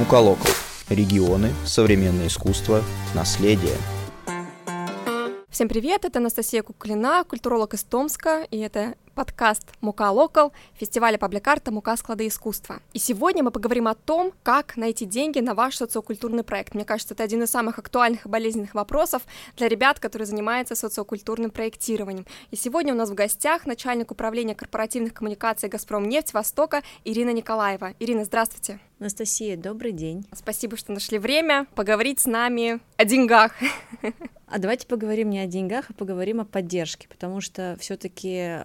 Мукалокал. Регионы, современное искусство, наследие. Всем привет, это Анастасия Куклина, культуролог из Томска, и это подкаст «Мукалокал» фестиваля паблик-арта «Мука. Склады искусства». И сегодня мы поговорим о том, как найти деньги на ваш социокультурный проект. Мне кажется, это один из самых актуальных и болезненных вопросов для ребят, которые занимаются социокультурным проектированием. И сегодня у нас в гостях начальник управления корпоративных коммуникаций «Газпромнефть Востока» Ирина Николаева. Ирина, здравствуйте. Анастасия, добрый день. Спасибо, что нашли время поговорить с нами о деньгах. А давайте поговорим не о деньгах, а поговорим о поддержке, потому что все-таки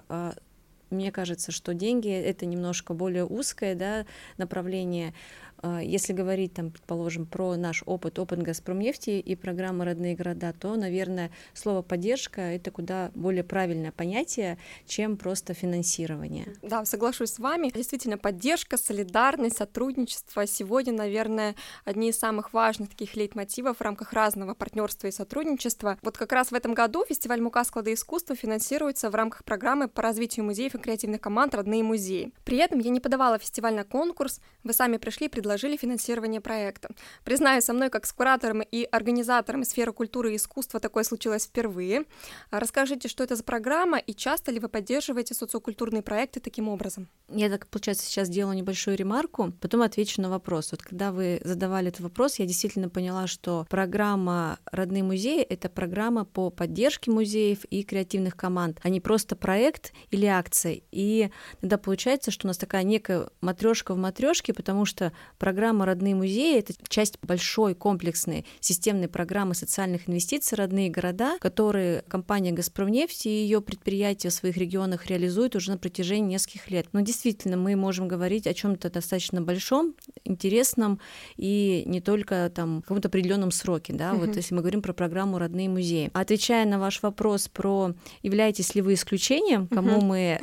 мне кажется, что деньги — это немножко более узкое, направление. Если говорить, предположим, про наш опыт Газпромнефти и программы «Родные города», то, наверное, слово «поддержка» — это куда более правильное понятие, чем просто финансирование. Да, соглашусь с вами. Действительно, поддержка, солидарность, сотрудничество сегодня, наверное, одни из самых важных таких лейтмотивов в рамках разного партнерства и сотрудничества. Вот как раз в этом году фестиваль «Мука. Склады искусства» финансируется в рамках программы по развитию музеев и креативных команд «Родные музеи». При этом я не подавала фестиваль на конкурс, вы сами пришли и предложили финансирование проекта. Признаюсь, со мной как с куратором и организатором сферы культуры и искусства такое случилось впервые. Расскажите, что это за программа и часто ли вы поддерживаете социокультурные проекты таким образом? Я так, получается, сейчас делаю небольшую ремарку, потом отвечу на вопрос. Вот когда вы задавали этот вопрос, я действительно поняла, что программа «Родные музеи» — это программа по поддержке музеев и креативных команд, а не просто проект или акция. И тогда получается, что у нас такая некая матрёшка в матрёшке, потому что программа «Родные музеи» — это часть большой комплексной системной программы социальных инвестиций «Родные города», которые компания «Газпромнефть» и ее предприятия в своих регионах реализуют уже на протяжении нескольких лет. Но действительно, мы можем говорить о чем-то достаточно большом, интересном и не только в каком-то определенном сроке. Вот если мы говорим про программу «Родные музеи». Отвечая на ваш вопрос про являетесь ли вы исключением, кому мы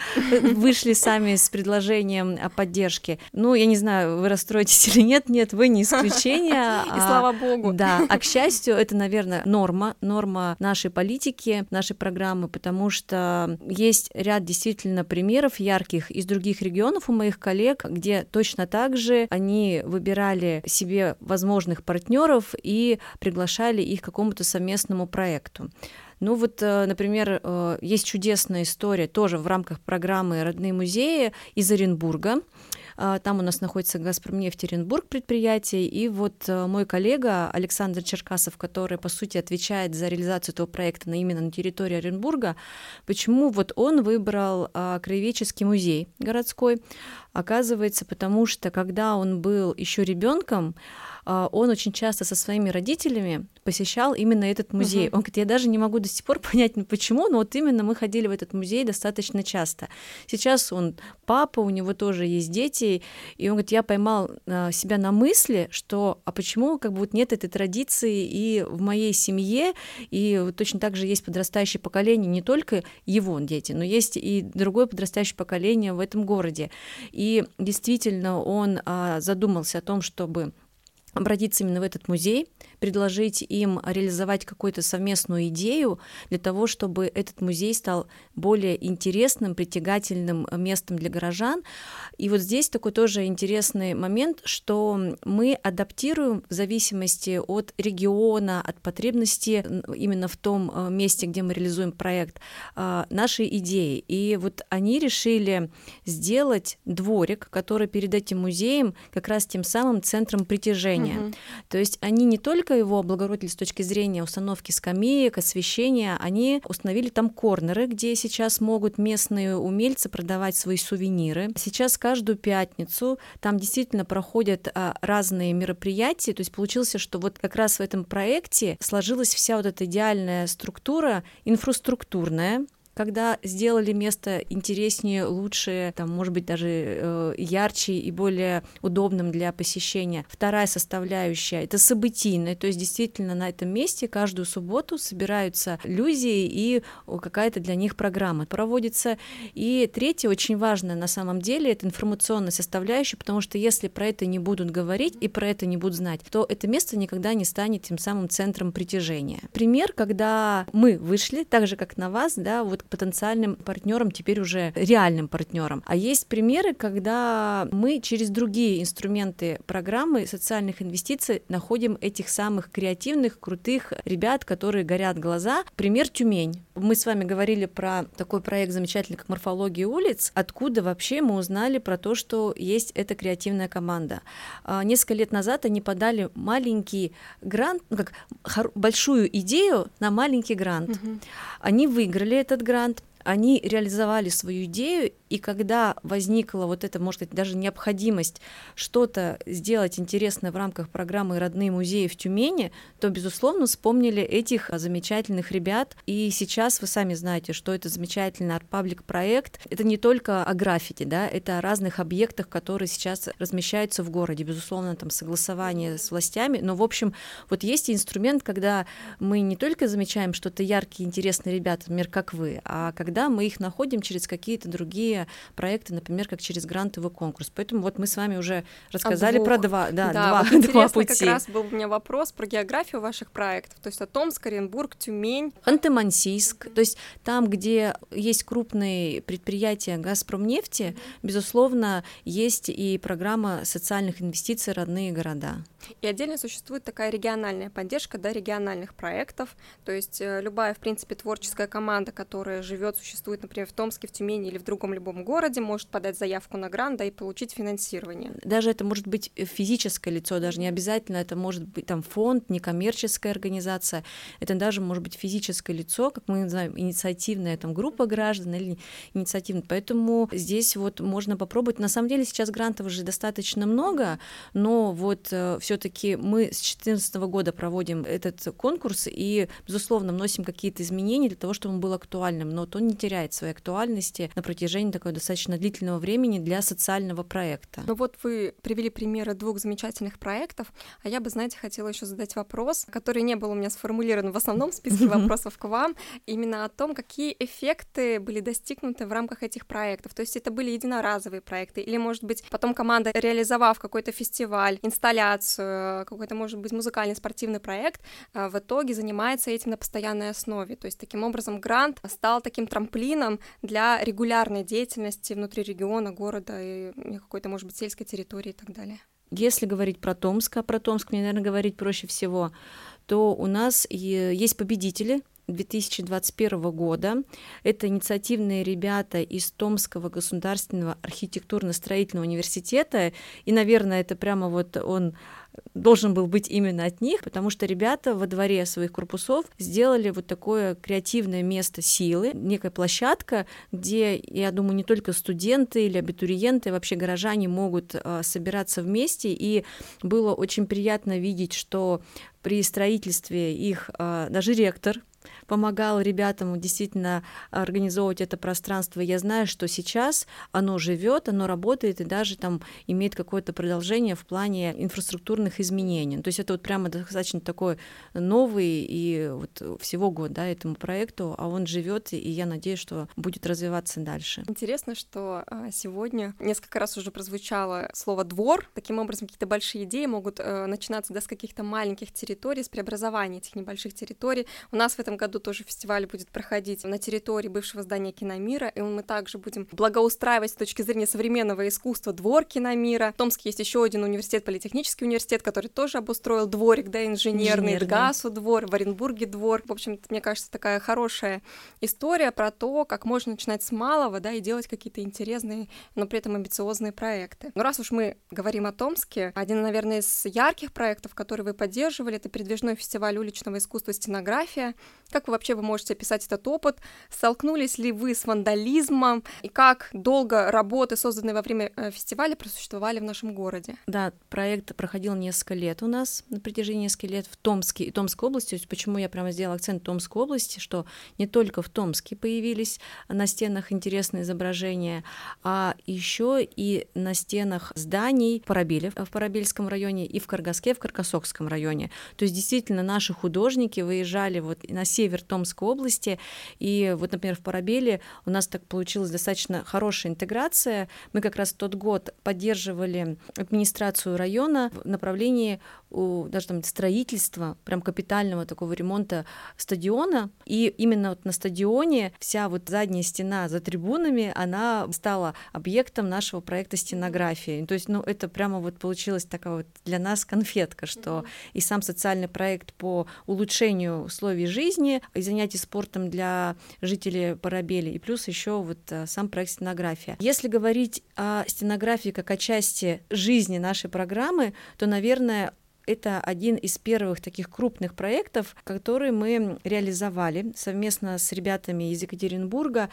вышли сами с предложением о поддержке, я не знаю, вы расстроитесь или нет, вы не исключение. И слава богу. Да, а к счастью, это, наверное, норма нашей политики, нашей программы, потому что есть ряд действительно примеров ярких из других регионов у моих коллег, где точно так же они выбирали себе возможных партнеров и приглашали их к какому-то совместному проекту. Например, есть чудесная история тоже в рамках программы «Родные музеи» из Оренбурга. Там у нас находится «Газпромнефть Оренбург» предприятие, и мой коллега Александр Черкасов, который, по сути, отвечает за реализацию этого проекта именно на территории Оренбурга, почему он выбрал краеведческий музей городской? Оказывается, потому что, когда он был еще ребенком, он очень часто со своими родителями посещал именно этот музей. Он говорит, я даже не могу до сих пор понять, почему, но именно мы ходили в этот музей достаточно часто. Сейчас он папа, у него тоже есть дети, и он говорит, я поймал себя на мысли, что почему нет этой традиции и в моей семье, и точно так же есть подрастающее поколение, не только его дети, но есть и другое подрастающее поколение в этом городе. И действительно он задумался о том, чтобы обратиться именно в этот музей, предложить им реализовать какую-то совместную идею для того, чтобы этот музей стал более интересным, притягательным местом для горожан. И здесь такой тоже интересный момент, что мы адаптируем в зависимости от региона, от потребностей именно в том месте, где мы реализуем проект, наши идеи. И они решили сделать дворик, который перед этим музеем как раз тем самым центром притяжения. То есть они не только его облагородили с точки зрения установки скамеек, освещения, они установили там корнеры, где сейчас могут местные умельцы продавать свои сувениры. Сейчас каждую пятницу там действительно проходят разные мероприятия, то есть получилось, что как раз в этом проекте сложилась вся эта идеальная структура инфраструктурная, когда сделали место интереснее, лучше, может быть, даже ярче и более удобным для посещения. Вторая составляющая — это событийная, то есть действительно на этом месте каждую субботу собираются люди, и какая-то для них программа проводится. И третья, очень важная на самом деле, это информационная составляющая, потому что если про это не будут говорить и про это не будут знать, то это место никогда не станет тем самым центром притяжения. Пример, когда мы вышли, так же, как на вас, потенциальным партнером, теперь уже реальным партнером. А есть примеры, когда мы через другие инструменты программы социальных инвестиций находим этих самых креативных, крутых ребят, которые горят глаза. Пример Тюмень. Мы с вами говорили про такой проект замечательный, как «Морфология улиц». Откуда вообще мы узнали про то, что есть эта креативная команда? Несколько лет назад они подали маленький грант, большую идею на маленький грант. Они выиграли этот грант, они реализовали свою идею, и когда возникла вот эта, может быть, даже необходимость что-то сделать интересное в рамках программы «Родные музеи» в Тюмени, то, безусловно, вспомнили этих замечательных ребят. И сейчас вы сами знаете, что это замечательный арт-паблик проект. Это не только о граффити, да, это о разных объектах, которые сейчас размещаются в городе. Безусловно, там согласование с властями. Но, в общем, вот есть инструмент, когда мы не только замечаем что-то яркие, интересные ребята, например, как вы, а когда мы их находим через какие-то другие проекты, например, как через грантовый конкурс. Поэтому вот мы с вами уже рассказали про два пути. Как раз был у меня вопрос про географию ваших проектов, то есть о Томск, Оренбург, Тюмень. Ханты-Мансийск, то есть там, где есть крупные предприятия «Газпромнефти», безусловно, есть и программа социальных инвестиций «Родные города». И отдельно существует такая региональная поддержка, да, региональных проектов, то есть любая, в принципе, творческая команда, которая живет, существует, например, в Томске, в Тюмени или в другом любом городе, может подать заявку на грант, да, и получить финансирование. Даже это может быть физическое лицо, даже не обязательно это может быть там фонд, некоммерческая организация, это даже может быть физическое лицо, как мы называем, инициативная там группа граждан или инициативная, поэтому здесь вот можно попробовать. На самом деле сейчас грантов уже достаточно много, но вот все-таки мы с 2014 года проводим этот конкурс и, безусловно, вносим какие-то изменения для того, чтобы он был актуальным, но он не теряет своей актуальности на протяжении такого достаточно длительного времени для социального проекта. Ну вот вы привели примеры двух замечательных проектов, а я бы, знаете, хотела еще задать вопрос, который не был у меня сформулирован в основном списке вопросов к вам, именно о том, какие эффекты были достигнуты в рамках этих проектов. То есть это были единоразовые проекты, или, может быть, потом команда, реализовав какой-то фестиваль, инсталляцию, какой-то, может быть, музыкальный, спортивный проект, в итоге занимается этим на постоянной основе. То есть таким образом грант стал таким трамплином для регулярной деятельности внутри региона, города и какой-то, может быть, сельской территории и так далее. Если говорить про Томск, а про Томск мне, наверное, говорить проще всего, то у нас есть победители 2021 года. Это инициативные ребята из Томского государственного архитектурно-строительного университета, и, наверное, это прямо вот он должен был быть именно от них, потому что ребята во дворе своих корпусов сделали вот такое креативное место силы, некая площадка, где, я думаю, не только студенты или абитуриенты, вообще горожане могут собираться вместе, и было очень приятно видеть, что при строительстве их даже ректор помогал ребятам действительно организовывать это пространство. Я знаю, что сейчас оно живет, оно работает и даже там имеет какое-то продолжение в плане инфраструктурных изменений. То есть это вот прямо достаточно такой новый и вот всего год, да, этому проекту, а он живет, и я надеюсь, что будет развиваться дальше. Интересно, что сегодня несколько раз уже прозвучало слово «двор». Таким образом, какие-то большие идеи могут начинаться, да, с каких-то маленьких территорий, с преобразования этих небольших территорий. У нас в этом году тоже фестиваль будет проходить на территории бывшего здания Киномира, и мы также будем благоустраивать с точки зрения современного искусства двор Киномира. В Томске есть еще один университет, политехнический университет, который тоже обустроил дворик, да, инженерный. ДГАСу двор, в Оренбурге двор. В общем, мне кажется, такая хорошая история про то, как можно начинать с малого, да, и делать какие-то интересные, но при этом амбициозные проекты. Но раз уж мы говорим о Томске, один, наверное, из ярких проектов, который вы поддерживали, это передвижной фестиваль уличного искусства «Стенография». Как вы можете описать этот опыт? Столкнулись ли вы с вандализмом? И как долго работы, созданные во время фестиваля, просуществовали в нашем городе? Да, проект проходил несколько лет у нас, на протяжении нескольких лет в Томске и Томской области. То есть почему я прямо сделала акцент в Томской области, что не только в Томске появились на стенах интересные изображения, а еще и на стенах зданий в Парабеле, в Парабельском районе, и в Каргаске, в Каркасокском районе. То есть действительно наши художники выезжали вот на север Томской области. И вот, например, в Парабелле у нас так получилась достаточно хорошая интеграция. Мы как раз в тот год поддерживали администрацию района в направлении даже там строительства, прям капитального такого ремонта стадиона. И именно вот на стадионе вся вот задняя стена за трибунами, она стала объектом нашего проекта стенографии. То есть, это прямо вот получилась такая вот для нас конфетка, что и сам социальный проект по улучшению условий жизни, и занятий спортом для жителей Парабелли, и плюс еще вот сам проект стенография. Если говорить о стенографии как о части жизни нашей программы, то, наверное, это один из первых таких крупных проектов, которые мы реализовали совместно с ребятами из Екатеринбурга.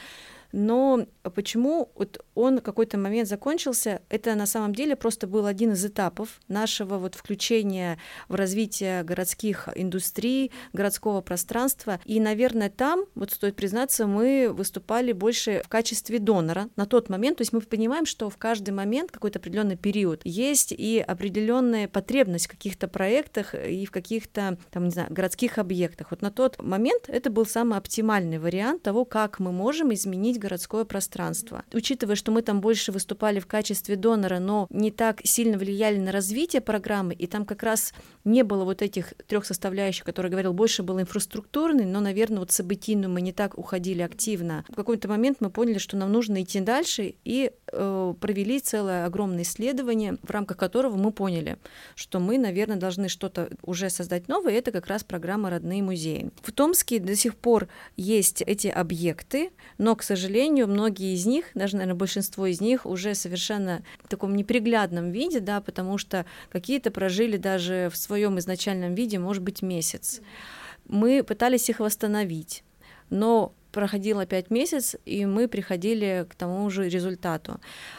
Но почему вот он в какой-то момент закончился, это на самом деле просто был один из этапов нашего вот включения в развитие городских индустрий, городского пространства. И, наверное, там, вот стоит признаться, мы выступали больше в качестве донора на тот момент. То есть мы понимаем, что в каждый момент, какой-то определенный период, есть и определенная потребность в каких-то проектах и в каких-то, там, не знаю, городских объектах. Вот на тот момент это был самый оптимальный вариант того, как мы можем изменить городское пространство. Учитывая, что мы там больше выступали в качестве донора, но не так сильно влияли на развитие программы, и там как раз не было вот этих 3 составляющих, которые говорил, больше было инфраструктурный, но, наверное, вот событийную мы не так уходили активно. В какой-то момент мы поняли, что нам нужно идти дальше, и провели целое огромное исследование, в рамках которого мы поняли, что мы, наверное, должны что-то уже создать новое, и это как раз программа «Родные музеи». В Томске до сих пор есть эти объекты, но, к сожалению, многие из них, даже, наверное, большинство из них уже совершенно в таком неприглядном виде, да, потому что какие-то прожили даже в своем изначальном виде, может быть, месяц. Мы пытались их восстановить, но проходило 5 месяцев, и мы приходили к тому же результату.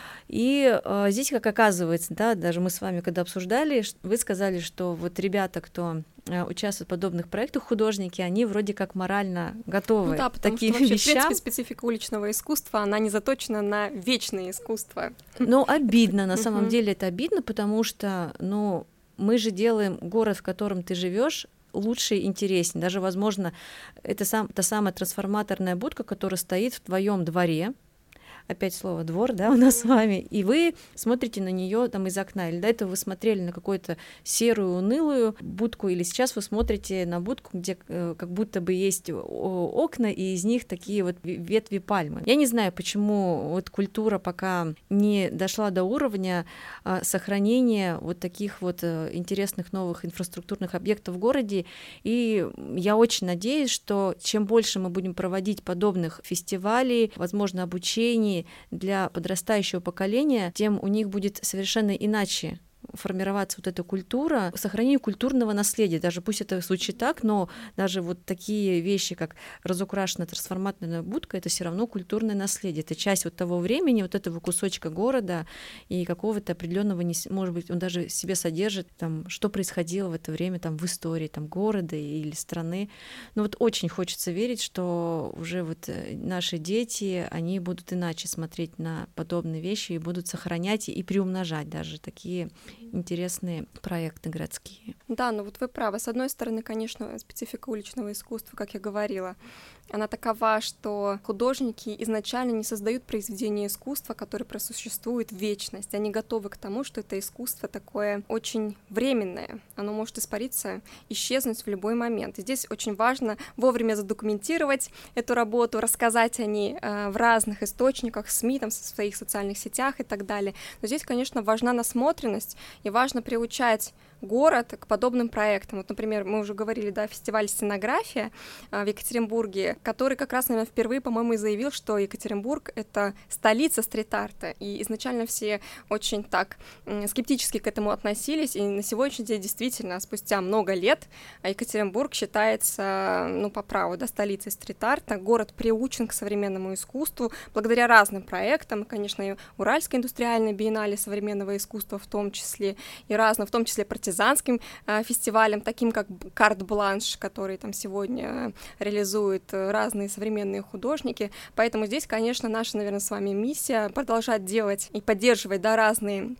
И здесь, как оказывается, да, даже мы с вами, когда обсуждали, вы сказали, что вот ребята, кто участвуют в подобных проектах, художники, они вроде как морально готовы к таким вещам. В принципе, специфика уличного искусства, она не заточена на вечное искусство. Но обидно, на самом деле это обидно, потому что, мы же делаем город, в котором ты живешь, лучше и интереснее. Даже, возможно, это та самая трансформаторная будка, которая стоит в твоем дворе, опять слово «двор», да, у нас с вами, и вы смотрите на нее там из окна, или до этого вы смотрели на какую-то серую, унылую будку, или сейчас вы смотрите на будку, где как будто бы есть окна, и из них такие вот ветви пальмы. Я не знаю, почему вот культура пока не дошла до уровня сохранения вот таких вот интересных новых инфраструктурных объектов в городе, и я очень надеюсь, что чем больше мы будем проводить подобных фестивалей, возможно, обучений для подрастающего поколения, тем у них будет совершенно иначе формироваться вот эта культура, сохранение культурного наследия. Даже пусть это звучит так, но даже вот такие вещи, как разукрашенная трансформаторная будка, это все равно культурное наследие. Это часть вот того времени, вот этого кусочка города и какого-то определенного, может быть, он даже в себе содержит, там, что происходило в это время там, в истории там, города или страны. Но вот очень хочется верить, что уже вот наши дети, они будут иначе смотреть на подобные вещи и будут сохранять и приумножать даже такие интересные проекты городские. Да, вот вы правы. С одной стороны, конечно, специфика уличного искусства, как я говорила, она такова, что художники изначально не создают произведения искусства, которые просуществуют в вечность. Они готовы к тому, что это искусство такое очень временное. Оно может испариться, исчезнуть в любой момент. И здесь очень важно вовремя задокументировать эту работу, рассказать о ней в разных источниках, СМИ, там, в своих социальных сетях и так далее. Но здесь, конечно, важна насмотренность, и важно приучать город к подобным проектам. Вот, например, мы уже говорили, да, фестиваль «Стенография» в Екатеринбурге, который как раз, наверное, впервые, по-моему, и заявил, что Екатеринбург — это столица стрит-арта, и изначально все очень так скептически к этому относились, и на сегодняшний день действительно, спустя много лет, Екатеринбург считается, по праву, да, столицей стрит-арта, город приучен к современному искусству, благодаря разным проектам, конечно, и Уральская индустриальная биеннале современного искусства в том числе, и разным, в том числе партизанским фестивалем, таким как «Карт-бланш», который там сегодня реализуют разные современные художники. Поэтому здесь, конечно, наша, наверное, с вами миссия продолжать делать и поддерживать, да, разные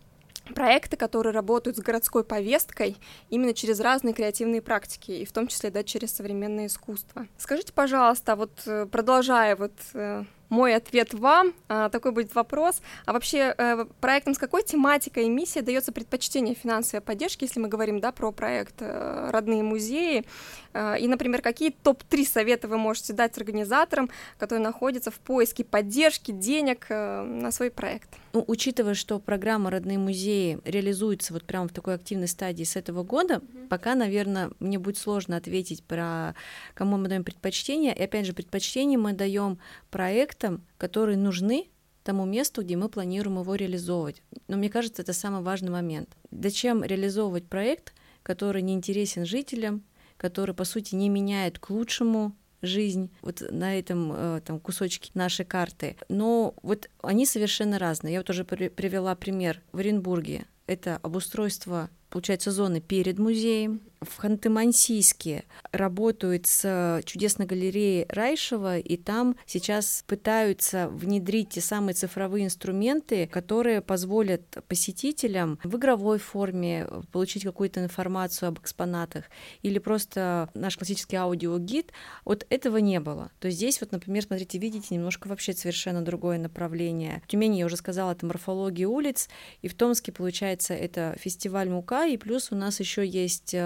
проекты, которые работают с городской повесткой именно через разные креативные практики, и в том числе, да, через современное искусство. Скажите, пожалуйста, вот продолжая мой ответ вам, такой будет вопрос, а вообще проектам с какой тематикой и миссией дается предпочтение финансовой поддержки, если мы говорим, да, про проект «Родные музеи», и, например, какие топ-3 совета вы можете дать организаторам, которые находятся в поиске поддержки, денег на свой проект? Ну, учитывая, что программа «Родные музеи» реализуется вот прямо в такой активной стадии с этого года, пока, наверное, мне будет сложно ответить про кому мы даем предпочтение. И опять же, предпочтение мы даем проектам, которые нужны тому месту, где мы планируем его реализовывать. Но мне кажется, это самый важный момент. Зачем реализовывать проект, который не интересен жителям, который, по сути, не меняет к лучшему жизнь вот на этом там, кусочке нашей карты. Но вот они совершенно разные. Я вот уже привела пример в Оренбурге. Это обустройство, получается, зоны перед музеем. В Ханты-Мансийске работают с чудесной галереей Райшева, и там сейчас пытаются внедрить те самые цифровые инструменты, которые позволят посетителям в игровой форме получить какую-то информацию об экспонатах, или просто наш классический аудиогид. Вот этого не было. То есть здесь вот, например, смотрите, видите, немножко вообще совершенно другое направление. В Тюмени, я уже сказала, это морфология улиц, и в Томске, получается, это фестиваль МУКа, и плюс у нас еще есть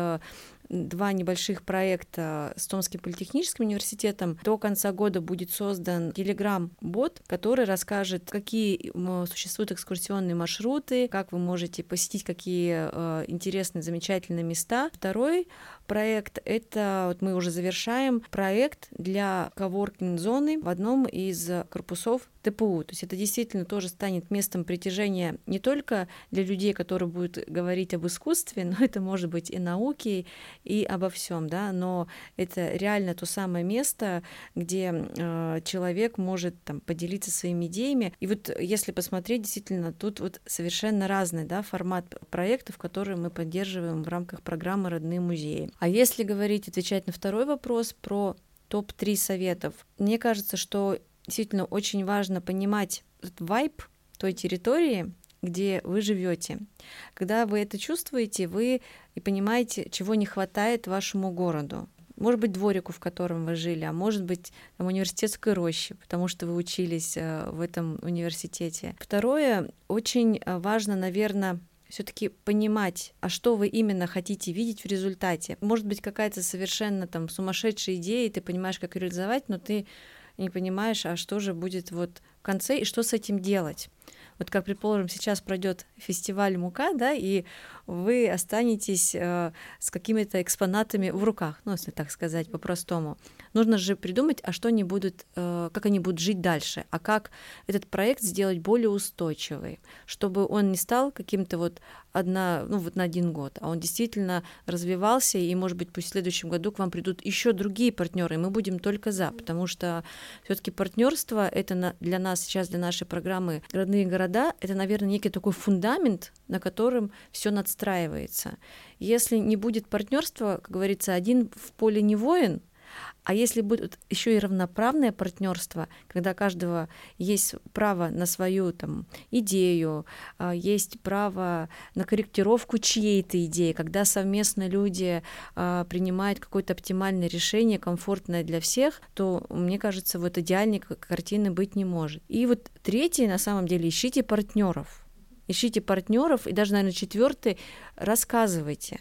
2 небольших проекта с Томским политехническим университетом. До конца года будет создан Telegram-бот, который расскажет, какие существуют экскурсионные маршруты, как вы можете посетить какие интересные, замечательные места. Второй проект — это, вот мы уже завершаем, проект для коворкинг-зоны в одном из корпусов ТПУ. То есть это действительно тоже станет местом притяжения не только для людей, которые будут говорить об искусстве, но это может быть и науки, и обо всем, да, но это реально то самое место, где человек может там поделиться своими идеями. И вот если посмотреть, действительно, тут вот совершенно разный, да, формат проектов, которые мы поддерживаем в рамках программы «Родные музеи». А если говорить, отвечать на второй вопрос про топ-3 советов, мне кажется, что действительно очень важно понимать вайб той территории, где вы живете. Когда вы это чувствуете, вы и понимаете, чего не хватает вашему городу. Может быть, дворику, в котором вы жили, а может быть, там, университетской роще, потому что вы учились в этом университете. Второе, очень важно, наверное, все-таки понимать, а что вы именно хотите видеть в результате. Может быть, какая-то совершенно там сумасшедшая идея, и ты понимаешь, как ее реализовать, но ты не понимаешь, а что же будет вот в конце, и что с этим делать. Вот как, предположим, сейчас пройдет фестиваль МУКа, да, и вы останетесь с какими-то экспонатами в руках, ну, если так сказать по-простому. Нужно же придумать, а что они будут, как они будут жить дальше, а как этот проект сделать более устойчивый, чтобы он не стал каким-то вот на один год, а он действительно развивался, и, может быть, пусть в следующем году к вам придут еще другие партнеры, и мы будем только за, потому что все-таки партнерство это для нас сейчас, для нашей программы «Родные города», это, наверное, некий такой фундамент, на котором все надстраивается. Если не будет партнерства, как говорится, один в поле не воин, а если будет еще и равноправное партнерство, когда у каждого есть право на свою там идею, есть право на корректировку чьей-то идеи, когда совместно люди принимают какое-то оптимальное решение, комфортное для всех, то, мне кажется, вот идеальной картины быть не может. И вот третье, на самом деле, ищите партнеров. Ищите партнеров, и даже, наверное, четвертый, рассказывайте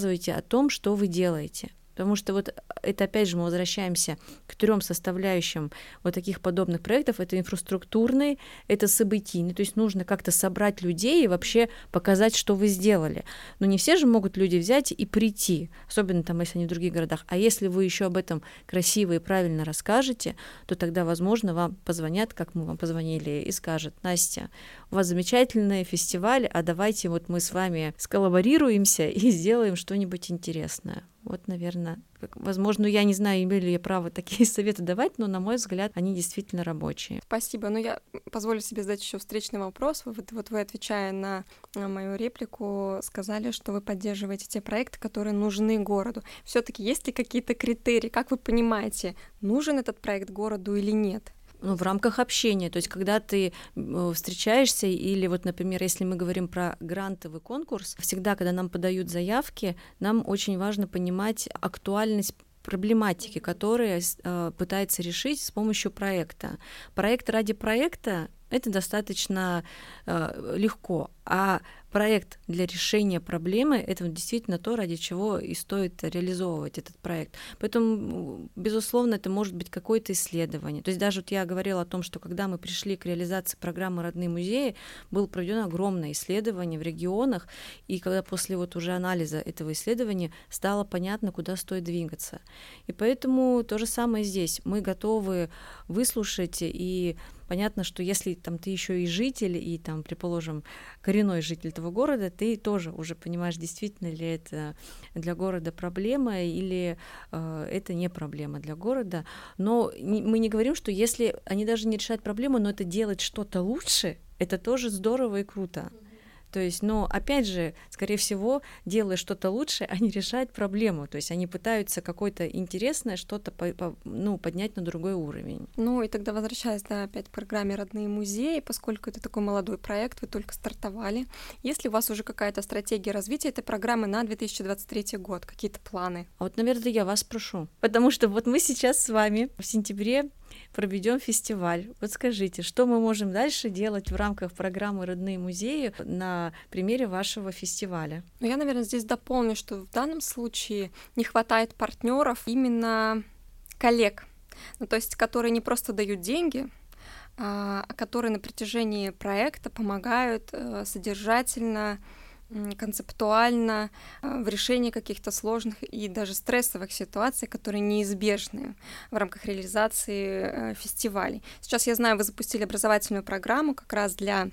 о том, что вы делаете. Потому что вот это, опять же, мы возвращаемся к 3 составляющим вот таких подобных проектов. Это инфраструктурный, это событийный. То есть нужно как-то собрать людей и вообще показать, что вы сделали. Но не все же могут люди взять и прийти, особенно там, если они в других городах. А если вы еще об этом красиво и правильно расскажете, то тогда, возможно, вам позвонят, как мы вам позвонили, и скажут: Настя, у вас замечательный фестиваль, а давайте вот мы с вами сколлаборируемся и сделаем что-нибудь интересное. Вот, наверное, возможно, я не знаю, имею ли я право такие советы давать, но, на мой взгляд, они действительно рабочие. Спасибо. Но я позволю себе задать еще встречный вопрос. Вот вы, отвечая на мою реплику, сказали, что вы поддерживаете те проекты, которые нужны городу. Все-таки есть ли какие-то критерии, как вы понимаете, нужен этот проект городу или нет? Ну, в рамках общения, то есть когда ты встречаешься, или вот, например, если мы говорим про грантовый конкурс, всегда, когда нам подают заявки, нам очень важно понимать актуальность проблематики, которые пытается решить с помощью проекта. Проект ради проекта — это достаточно легко, а проект для решения проблемы — это действительно то, ради чего и стоит реализовывать этот проект. Поэтому, безусловно, это может быть какое-то исследование. То есть даже вот я говорила о том, что когда мы пришли к реализации программы «Родные музеи», было проведено огромное исследование в регионах, и когда после вот уже анализа этого исследования стало понятно, куда стоит двигаться. И поэтому то же самое здесь. Мы готовы выслушать, и понятно, что если там ты еще и житель, и там, предположим, коренной житель этого города, ты тоже уже понимаешь, действительно ли это для города проблема или это не проблема для города. Но мы не говорим, что если они даже не решают проблему, но это делать что-то лучше, это тоже здорово и круто. То есть, но опять же, скорее всего, делая что-то лучше, они решают проблему. То есть они пытаются какое-то интересное что-то поднять на другой уровень. Ну и тогда возвращаясь опять к программе «Родные музеи», поскольку это такой молодой проект, вы только стартовали. Есть ли у вас уже какая-то стратегия развития этой программы на 2023 год? Какие-то планы? А вот, наверное, я вас спрошу. Потому что вот мы сейчас с вами в сентябре проведем фестиваль. Вот скажите, что мы можем дальше делать в рамках программы «Родные музеи» на примере вашего фестиваля? Ну, я, наверное, здесь дополню, что в данном случае не хватает партнеров, именно коллег, ну, то есть которые не просто дают деньги, а которые на протяжении проекта помогают содержательно, концептуально в решении каких-то сложных и даже стрессовых ситуаций, которые неизбежны в рамках реализации фестивалей. Сейчас, я знаю, вы запустили образовательную программу как раз для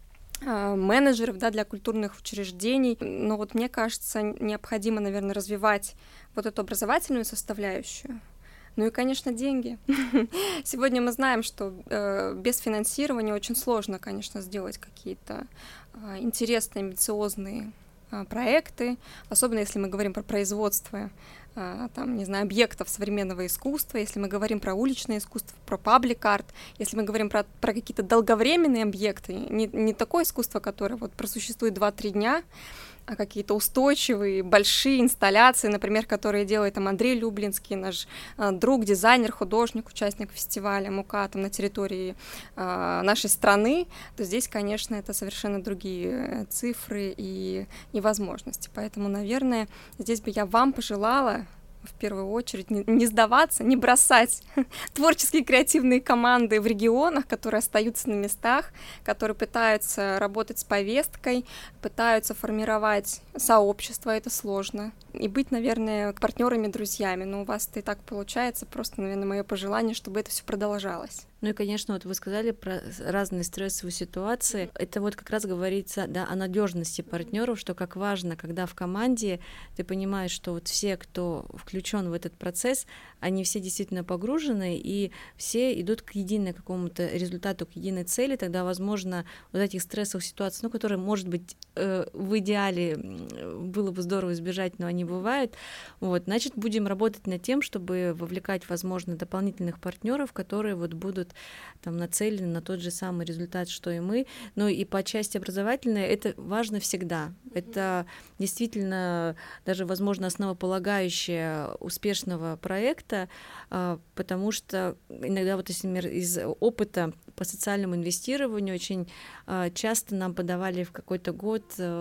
менеджеров, да, для культурных учреждений, но вот мне кажется, необходимо, наверное, развивать вот эту образовательную составляющую. Ну и, конечно, деньги. Сегодня мы знаем, что без финансирования очень сложно, конечно, сделать какие-то интересные, амбициозные проекты, особенно если мы говорим про производство там, не знаю, объектов современного искусства, если мы говорим про уличное искусство, про паблик-арт, если мы говорим про какие-то долговременные объекты, не такое искусство, которое вот просуществует 2-3 дня, а какие-то устойчивые, большие инсталляции, например, которые делает там Андрей Люблинский, наш друг, дизайнер, художник, участник фестиваля МУКа там, на территории нашей страны, то здесь, конечно, это совершенно другие цифры и возможности. Поэтому, наверное, здесь бы я вам пожелала в первую очередь не сдаваться, не бросать творческие креативные команды в регионах, которые остаются на местах, которые пытаются работать с повесткой, пытаются формировать сообщество, это сложно, и быть, наверное, партнерами, друзьями. Но у вас это и так получается, просто, наверное, мое пожелание, чтобы это все продолжалось. Ну и, конечно, вот вы сказали про разные стрессовые ситуации. Это вот как раз говорится, да, о надежности партнеров, что как важно, когда в команде ты понимаешь, что вот все, кто включен в этот процесс, они все действительно погружены, и все идут к единому какому-то результату, к единой цели, тогда, возможно, вот этих стрессовых ситуаций, ну, которые, может быть, в идеале было бы здорово избежать, но они бывают. Вот, значит, будем работать над тем, чтобы вовлекать, возможно, дополнительных партнеров, которые вот будут там нацелены на тот же самый результат, что и мы. Ну и по части образовательной это важно всегда. Это действительно даже, возможно, основополагающее успешного проекта, потому что иногда вот, например, из опыта по социальному инвестированию очень часто нам подавали в какой-то год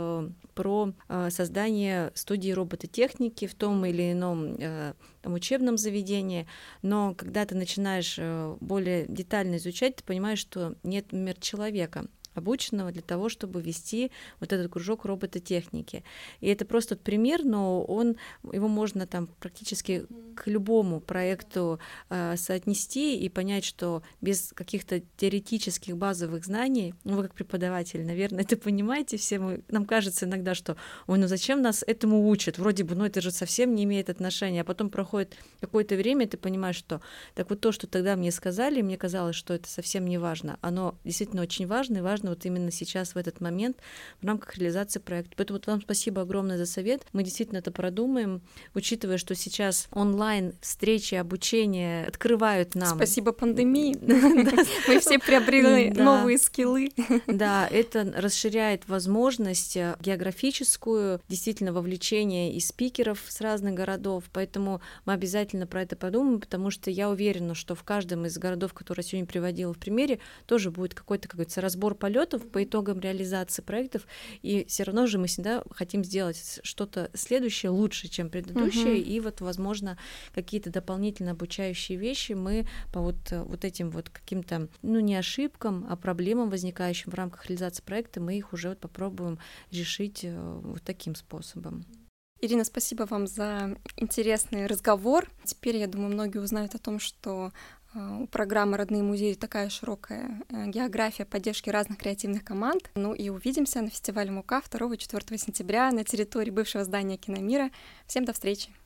про создание студии робототехники в том или ином там, учебном заведении, но когда ты начинаешь более детально изучать, ты понимаешь, что нет, например, человека, обученного для того, чтобы вести вот этот кружок робототехники. И это просто пример, но его можно там практически к любому проекту соотнести и понять, что без каких-то теоретических базовых знаний, ну, вы как преподаватель, наверное, это понимаете все, нам кажется иногда, что ой, ну зачем нас этому учат? Вроде бы, ну это же совсем не имеет отношения, а потом проходит какое-то время, и ты понимаешь, что так вот то, что тогда мне сказали, мне казалось, что это совсем не важно. Оно действительно очень важно, и важно вот именно сейчас, в этот момент, в рамках реализации проекта. Поэтому вот вам спасибо огромное за совет. Мы действительно это продумаем, учитывая, что сейчас онлайн онлайн-встречи, обучения открывают нам... Спасибо пандемии. Мы все приобрели новые скиллы. Да, это расширяет возможность географическую, действительно вовлечение и спикеров с разных городов, поэтому мы обязательно про это подумаем, потому что я уверена, что в каждом из городов, которые я сегодня приводила в примере, тоже будет какой-то, как говорится, разбор полетов по итогам реализации проектов, и все равно же мы всегда хотим сделать что-то следующее лучше, чем предыдущее, и вот, возможно, какие-то дополнительно обучающие вещи мы по вот этим вот каким-то, не ошибкам, а проблемам, возникающим в рамках реализации проекта, мы их уже попробуем решить вот таким способом. Ирина, спасибо вам за интересный разговор. Теперь, я думаю, многие узнают о том, что у программы «Родные музеи» такая широкая география поддержки разных креативных команд. И увидимся на фестивале МУКа 2-4 сентября на территории бывшего здания Киномира. Всем до встречи!